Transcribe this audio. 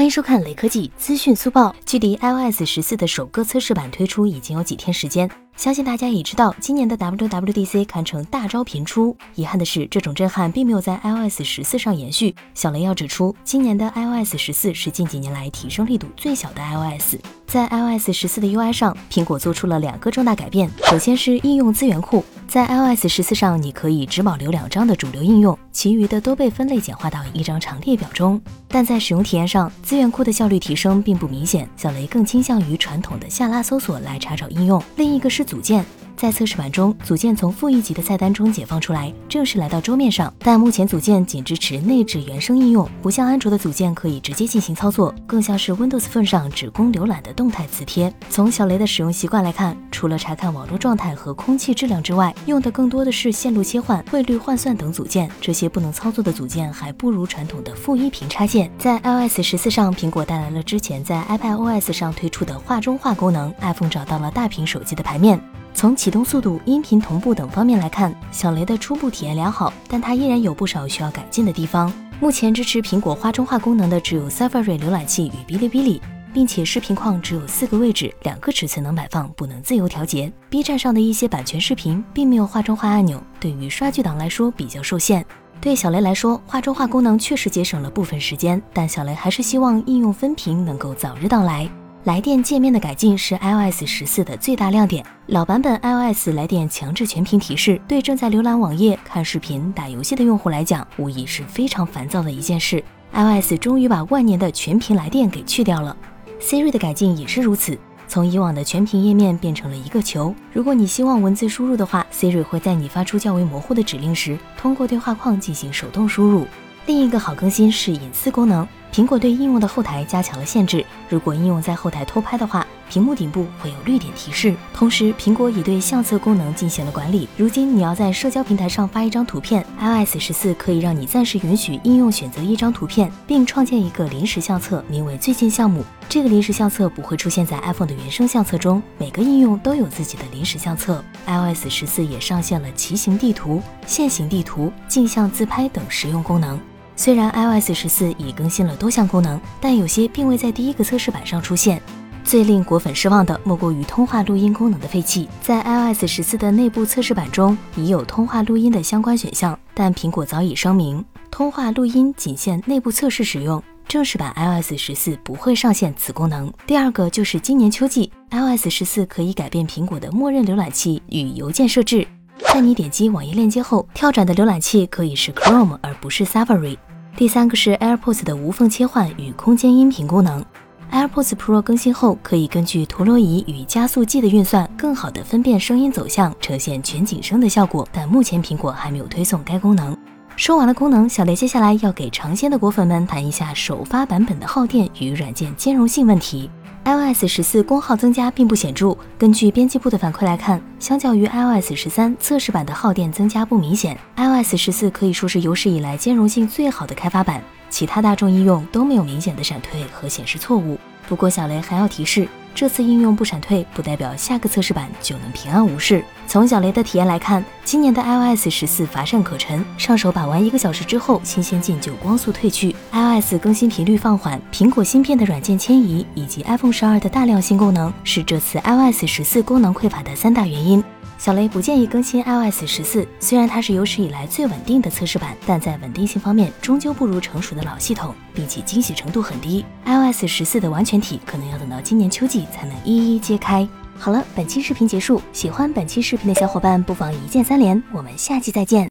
欢迎收看雷科技资讯速报。距离 iOS 14的首个测试版推出已经有几天时间，相信大家也知道，今年的 WWDC 堪称大招频出。遗憾的是，这种震撼并没有在 iOS 14上延续。小雷要指出，今年的 iOS 14是近几年来提升力度最小的 iOS。在 iOS 14的 UI 上，苹果做出了2个重大改变。首先是应用资源库，在 iOS 14上，你可以只保留2张的主流应用，其余的都被分类简化到一张长列表中。但在使用体验上，资源库的效率提升并不明显，小雷更倾向于传统的下拉搜索来查找应用。另一个是组件。在测试版中，组件从负1级的菜单中解放出来，正式来到桌面上。但目前组件仅支持内置原生应用，不像安卓的组件可以直接进行操作，更像是 Windows Phone 上只供浏览的动态磁贴。从小雷的使用习惯来看，除了查看网络状态和空气质量之外，用的更多的是线路切换、汇率换算等组件。这些不能操作的组件还不如传统的负1屏插件。在 iOS 14上，苹果带来了之前在 iPadOS 上推出的画中画功能 ，iPhone 找到了大屏手机的牌面。从启动速度、音频同步等方面来看，小雷的初步体验良好，但它依然有不少需要改进的地方。目前支持苹果画中画功能的只有 Safari 浏览器与哔哩哔哩，并且视频框只有4个位置，2个尺寸能摆放，不能自由调节。B 站上的一些版权视频并没有画中画按钮，对于刷剧党来说比较受限。对小雷来说，画中画功能确实节省了部分时间，但小雷还是希望应用分屏能够早日到来。来电界面的改进是 iOS 14的最大亮点。老版本 iOS 来电强制全屏提示，对正在浏览网页、看视频、打游戏的用户来讲，无疑是非常烦躁的一件事。iOS 终于把万年的全屏来电给去掉了。Siri 的改进也是如此，从以往的全屏页面变成了一个球。如果你希望文字输入的话， Siri 会在你发出较为模糊的指令时，通过对话框进行手动输入。另一个好更新是隐私功能，苹果对应用的后台加强了限制，如果应用在后台偷拍的话，屏幕顶部会有绿点提示。同时，苹果也对相册功能进行了管理。如今你要在社交平台上发一张图片， iOS 14可以让你暂时允许应用选择一张图片，并创建一个临时相册，名为最近项目。这个临时相册不会出现在 iPhone 的原生相册中，每个应用都有自己的临时相册。iOS 14也上线了骑行地图、线行地图、镜像自拍等实用功能。虽然 iOS 14已更新了多项功能，但有些并未在第一个测试版上出现。最令果粉失望的莫过于通话录音功能的废弃。在 iOS 14的内部测试版中已有通话录音的相关选项，但苹果早已声明，通话录音仅限内部测试使用，正式版 iOS 14不会上线此功能。第二个就是今年秋季 iOS 14可以改变苹果的默认浏览器与邮件设置。在你点击网页链接后，跳转的浏览器可以是 Chrome 而不是 Safari。第三个是 AirPods 的无缝切换与空间音频功能。AirPods Pro 更新后，可以根据陀螺仪与加速器的运算，更好地分辨声音走向，呈现全景声的效果。但目前苹果还没有推送该功能。说完了功能，小雷接下来要给尝鲜的果粉们谈一下首发版本的耗电与软件兼容性问题。iOS 14功耗增加并不显著，根据编辑部的反馈来看，相较于 iOS 13，测试版的耗电增加不明显。iOS 14可以说是有史以来兼容性最好的开发版，其他大众应用都没有明显的闪退和显示错误。不过小雷还要提示，这次应用不闪退不代表下个测试版就能平安无事。从小雷的体验来看，今年的 iOS 14乏善可陈，上手把玩1个小时之后，新鲜劲就光速褪去。iOS 更新频率放缓，苹果芯片的软件迁移，以及 iPhone 12的大量新功能，是这次 iOS 14功能匮乏的3大原因。小雷不建议更新 iOS 14，虽然它是有史以来最稳定的测试版，但在稳定性方面终究不如成熟的老系统，并且惊喜程度很低。iOS 14的完全体可能要等到今年秋季才能一一揭开。好了，本期视频结束，喜欢本期视频的小伙伴不妨一键3连，我们下期再见。